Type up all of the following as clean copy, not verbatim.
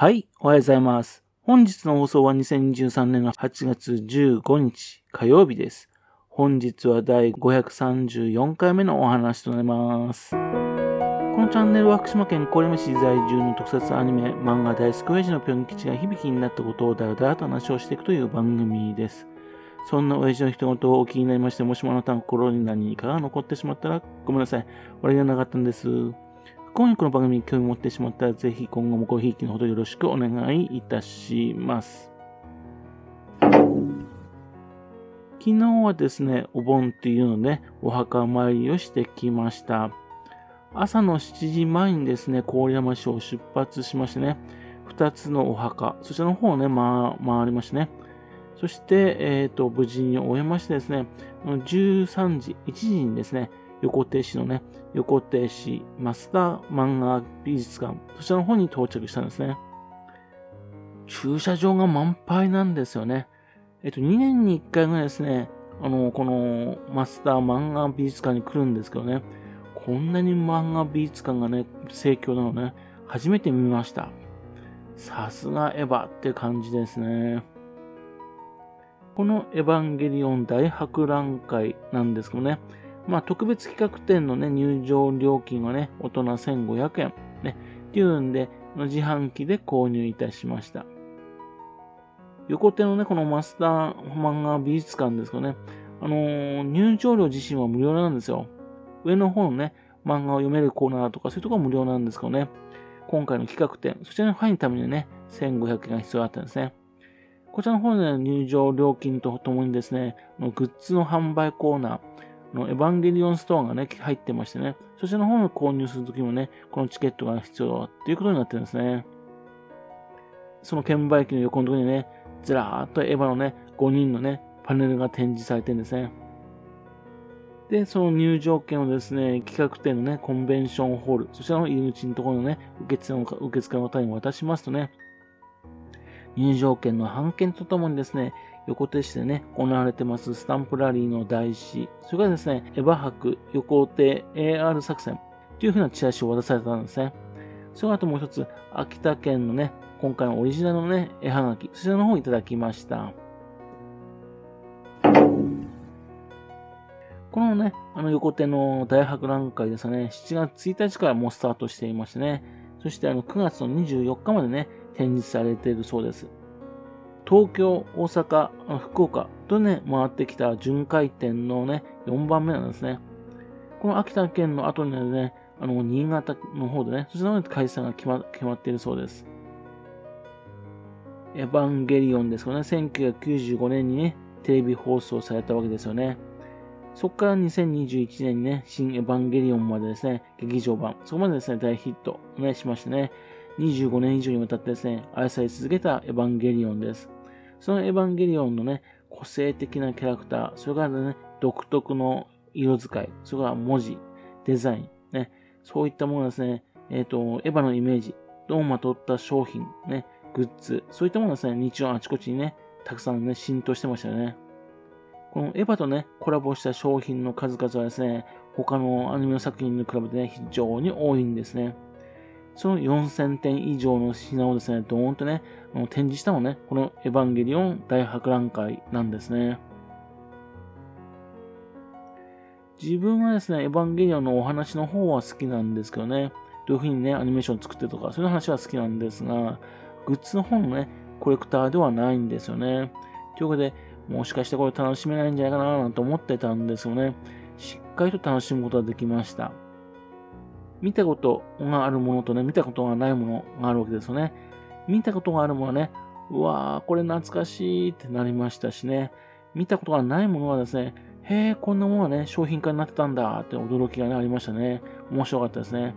はい、おはようございます。本日の放送は2023年の8月15日火曜日です。本日は第534回目のお話となります。このチャンネルは福島県郡山市在住の特撮アニメ、漫画大好き親父のぴょん吉が響きになったことをだらだらと話をしていくという番組です。そんな親父の一言をお気になりまして、もしもあなたの心に何かが残ってしまったらごめんなさい。悪気はなかったんです。今夜この番組に興味を持ってしまったら、ぜひ今後もごひいきのほどよろしくお願いいたします。昨日はですね、お盆っていうので、お墓参りをしてきました。朝の7時前にですね、郡山市を出発しましてね、2つのお墓、そちらの方をね、回りましてね、そして、無事に終えましてですね、13時、1時にですね、横手市のね、横手市増田漫画美術館、そちらの方に到着したんですね。駐車場が満杯なんですよね。2年に1回ぐらいですね、この増田漫画美術館に来るんですけどね、こんなに漫画美術館がね、盛況なのね、初めて見ました。さすがエヴァって感じですね。このエヴァンゲリオン大博覧会なんですけどね、特別企画展のね、入場料金はね、大人1500円。ね、っていうんで、自販機で購入いたしました。横手のね、このマスター漫画美術館ですけどね、入場料自身は無料なんですよ。上の方のね、漫画を読めるコーナーとかそういうところは無料なんですけどね、今回の企画展、そちらに入るためにね、1500円が必要だったんですね。こちらの方で入場料金とともにですね、グッズの販売コーナー、エヴァンゲリオンストアがね、入ってましてね、そちらの方の購入するときもね、このチケットが必要だっていうことになってるんですね。その券売機の横のところにね、ずらーっとエヴァのね、5人のね、パネルが展示されてるんですね。で、その入場券をですね、企画展のね、コンベンションホール、そちらの入り口のところのね、受付の方に渡しますとね、入場券の半券とともにですね、横手市でね、行われてますスタンプラリーの台紙、それからですね、エヴァ博横手 AR 作戦というふうなチラシを渡されたんですね。その後もう一つ、秋田県のね、今回のオリジナルのね、絵はがき、そちらの方をいただきました。このね、横手の大博覧会ですね、7月1日からもうスタートしていましてね、そして9月の24日までね、展示されているそうです。東京、大阪、福岡とね、回ってきた巡回展のね、4番目なんですね。この秋田県の後にね、新潟の方でね、そちらの開催が決まっているそうです。エヴァンゲリオンですかね、1995年にね、テレビ放送されたわけですよね。そこから2021年にね、新エヴァンゲリオンまでですね、劇場版、そこまでですね、大ヒット、ね、しましてね、25年以上にわたってですね、愛され続けたエヴァンゲリオンです。そのエヴァンゲリオンのね、個性的なキャラクター、それからね、独特の色使い、それから文字、デザイン、ね、そういったものですね、エヴァのイメージをまとった商品、ね、グッズ、そういったものですね、日常あちこちにね、たくさんね、浸透してましたよね。このエヴァとね、コラボした商品の数々はですね、他のアニメの作品に比べてね、非常に多いんですね。その4000点以上の品をですね、ドーンとね、展示したのね、このエヴァンゲリオン大博覧会なんですね。自分はですね、エヴァンゲリオンのお話の方は好きなんですけどね、どういう風にね、アニメーションを作ってるとか、そういう話は好きなんですが、グッズの方のね、コレクターではないんですよね。ということで、もしかしてこれ楽しめないんじゃないかなと思ってたんですよね。しっかりと楽しむことができました。見たことがあるものとね、見たことがないものがあるわけですよね。見たことがあるものはね、うわー、これ懐かしいってなりましたしね、見たことがないものはですね、へー、こんなものがね、商品化になってたんだって驚きが、ね、ありましたね。面白かったですね。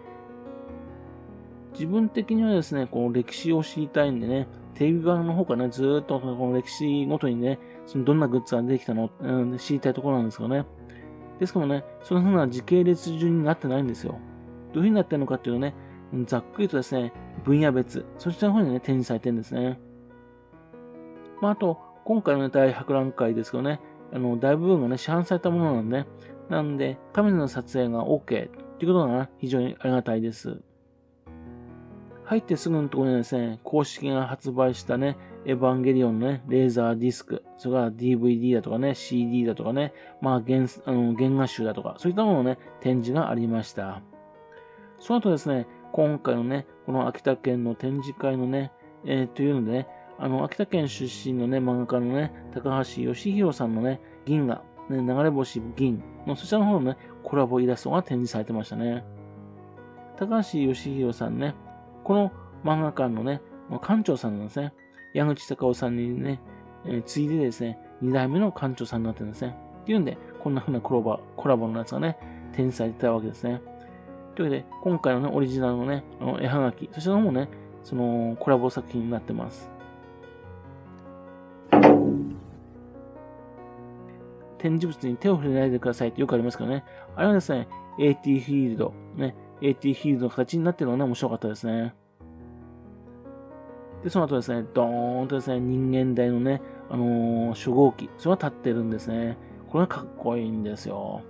自分的にはですね、この歴史を知りたいんでね、テレビ版の方からね、ずーっとこの歴史ごとにね、どんなグッズが出てきたの、知りたいところなんですけどね。ですけどね、そのふうな時系列順になってないんですよ。どういう風になってるのかっていうとね、ざっくりとですね、分野別、そちらの方にね、展示されてるんですね。あと、今回の大博覧会ですけどね、大部分がね、市販されたものなんで、なんで、カメラの撮影が OK っていうことが非常にありがたいです。 入ってすぐのところにはですね、公式が発売したね、エヴァンゲリオンのね、レーザーディスク、それから DVD だとかね、CD だとかね、原画集だとか、そういったもののね、展示がありました。その後ですね、今回のね、この秋田県の展示会のね、というのでね、秋田県出身のね、漫画家のね、高橋義弘さんのね、銀河、ね、流れ星銀のそちらの方のね、コラボイラストが展示されてましたね。高橋義弘さんね、この漫画館のね、館長さんなんですね。矢口隆夫さんにね、次いでですね、2代目の館長さんになってるんですね。っていうんで、こんな風なコラボのやつがね、展示されてたわけですね。というわけで、今回のね、オリジナルのね、絵はがき、そちらの方もね、そのコラボ作品になってます。展示物に手を触れないでくださいってよくありますけどね。あれはですね、AT フィールド、ね、AT フィールドの形になっているのがね、面白かったですね。で、その後ですね、ドーンとですね、人間大のね、初号機、それが立ってるんですね。これがかっこいいんですよ。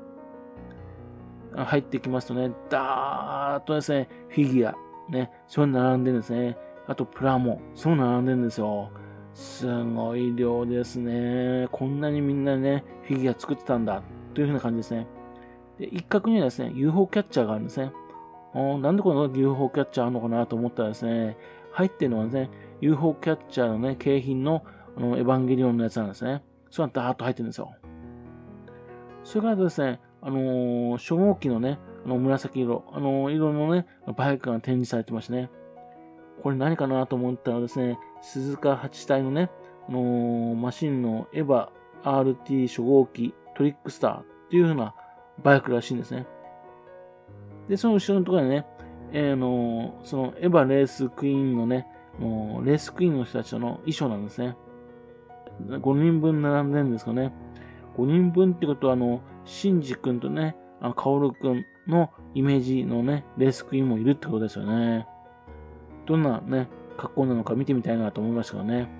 入ってきますとね、ダーッとですね、フィギュア、ね、それが並んでるんですね。あと、プラモ、そう並んでるんですよ。すごい量ですね。こんなにみんなね、フィギュア作ってたんだ、という風な感じですね。で、一角にはですね、UFO キャッチャーがあるんですね。なんでこの UFO キャッチャーあるのかなと思ったらですね、入ってるのはですね、UFO キャッチャーのね、景品の、エヴァンゲリオンのやつなんですね。それがダーッと入ってるんですよ。それからですね、初号機のね、紫色、色のね、バイクが展示されてましたね。これ何かなと思ったらですね、鈴鹿8体のね、マシンのエヴァ RT 初号機トリックスターっていう風なバイクらしいんですね。で、その後ろのところにね、そのエヴァレースクイーンのね、レースクイーンの人たちの衣装なんですね。5人分並んでるんですかね。5人分ってことは、シンジ君とね、カオル君のイメージのね、レースクイーンもいるってことですよね。どんなね、格好なのか見てみたいなと思いましたがね。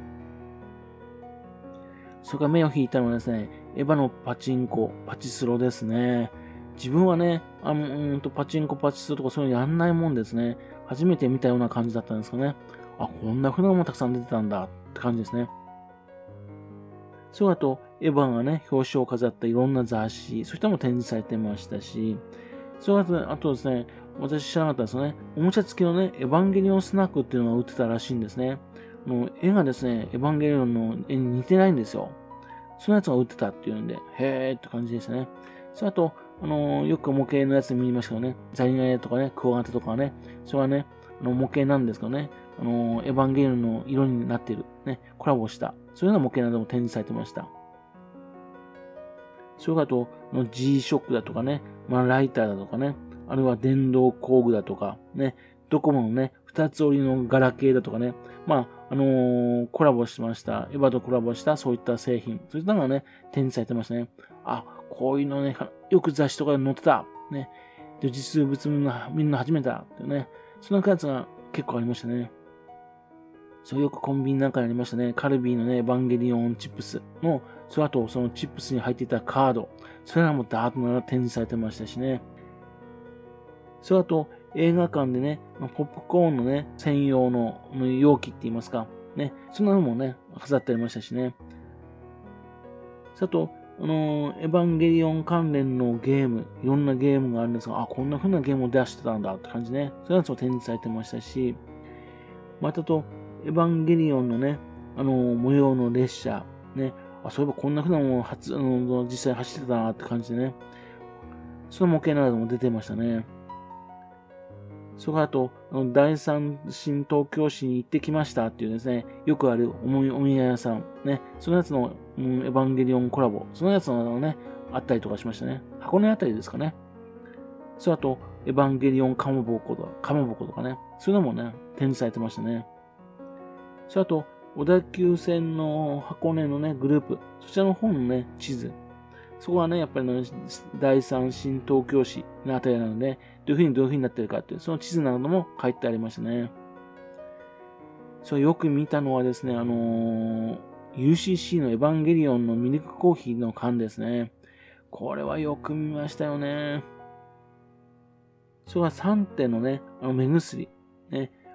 それから目を引いたのはですね、エヴァのパチンコ、パチスロですね。自分はね、パチンコ、パチスロとかそういうのやんないもんですね。初めて見たような感じだったんですかね。あ、こんな風なのもたくさん出てたんだって感じですね。それあと、エヴァがね、表紙を飾ったいろんな雑誌、そういったのも展示されてましたし、それあとですね、私知らなかったですね、おもちゃ付きのね、エヴァンゲリオンスナックっていうのが売ってたらしいんですね。絵がですね、エヴァンゲリオンの絵に似てないんですよ。そのやつが売ってたっていうんで、へーって感じでしたね。それあと、よく模型のやつ見ましたけどね、ザリガニとかね、クワガタとかね、それはね、模型なんですけどね、エヴァンゲリオンの色になっている、ね、コラボした、そういうような模型なども展示されてました。それからと、G-SHOCK だとかね、ライターだとかね、あるいは電動工具だとか、ね、ドコモのね、二つ折りのガラケーだとかね、コラボしました、エヴァとコラボしたそういった製品、そういったのがね、展示されてましたね。あ、こういうのね、よく雑誌とかで載ってた。ね。で、実物みんな始めた。ってね。そんなやつが結構ありましたね。そうよくコンビニなんかにありましたね。カルビーのね、エヴァンゲリオンチップスの、その後、そのチップスに入っていたカード。それらもダーッと展示されてましたしね。その後、映画館でね、ポップコーンのね、専用の容器って言いますか。ね。そんなのもね、飾ってありましたしね。あと、エヴァンゲリオン関連のゲーム、いろんなゲームがあるんですが、あ、こんな風なゲームを出してたんだって感じね。そういうやつも展示されてましたし、またと、エヴァンゲリオンのね、模様の列車、ね、あ、そういえばこんな風なもの実際走ってたなって感じでね、その模型なども出てましたね。それからあと、第三新東京市に行ってきましたっていうですね、よくあるお土産屋さん、ね、そのやつの、エヴァンゲリオンコラボ、そのやつのね、あったりとかしましたね。箱根あたりですかね。それあと、エヴァンゲリオンかまぼことかね、そういうのもね、展示されてましたね。それあと、小田急線の箱根のね、グループ、そちらの方のね、地図、そこはね、やっぱりね、第三新東京市のあたりなので、どういう風になってるかっていう、その地図なども書いてありましたね。それよく見たのはですね、UCC のエヴァンゲリオンのミルクコーヒーの缶ですね。これはよく見ましたよね。それは3点のね、目薬。ね、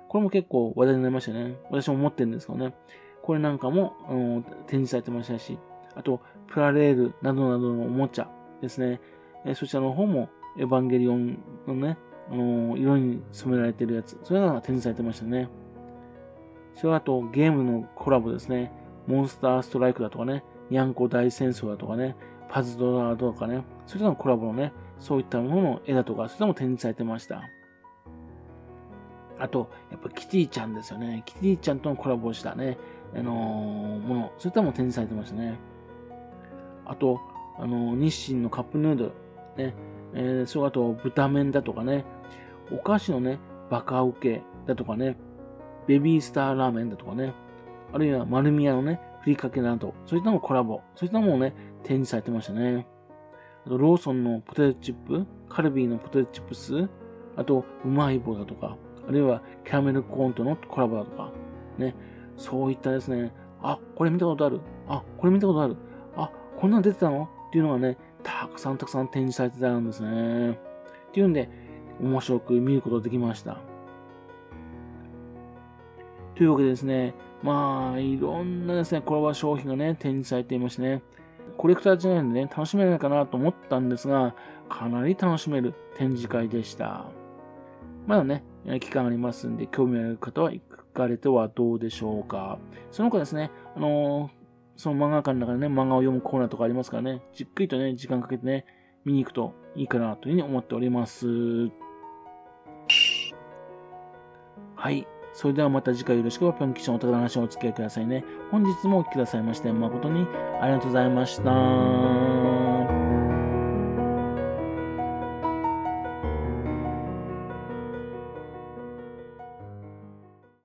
これも結構話題になりましたね。私も持ってるんですけどね。これなんかも、展示されてましたし、あと、プラレールなどなどのおもちゃですね。そちらの方も、エヴァンゲリオンのね、色に染められてるやつ、そういうのが展示されてましたね。それあと、ゲームのコラボですね。モンスターストライクだとかね、ニャンコ大戦争だとかね、パズドラとかね、そういったのコラボのね、そういったものの絵だとか、そういったのも展示されてました。あと、やっぱキティちゃんですよね。キティちゃんとのコラボをしたね、もの、そういったのも展示されてましたね。あと、日清のカップヌードル、ね、それあと、豚麺だとかね、お菓子のね、バカウケだとかね、ベビースターラーメンだとかね、あるいは丸宮のね、ふりかけなど、そういったのもコラボ、そういったのもね、展示されてましたね。あと、ローソンのポテトチップ、カルビーのポテトチップス、あと、うまい棒だとか、あるいはキャラメルコーンとのコラボだとか、ね、そういったですね、あ、これ見たことある。あ、これ見たことある。あ、こんなの出てたのっていうのがね、たくさん展示されてたんですね。っていうんで、面白く見ることができました。というわけでですね、まあ、いろんなですね、コラボ商品がね、展示されていましてね、コレクターじゃないんでね、楽しめないかなと思ったんですが、かなり楽しめる展示会でした。まだね、期間ありますんで、興味ある方は行かれてはどうでしょうか。その他ですね、その漫画館の中でね、漫画を読むコーナーとかありますからね、じっくりとね、時間かけてね、見に行くといいかなというふうに思っております。はい。それではまた次回よろしくぴょん吉のお宝の話をお付き合いくださいね。本日もお聞きくださいまして誠にありがとうございました。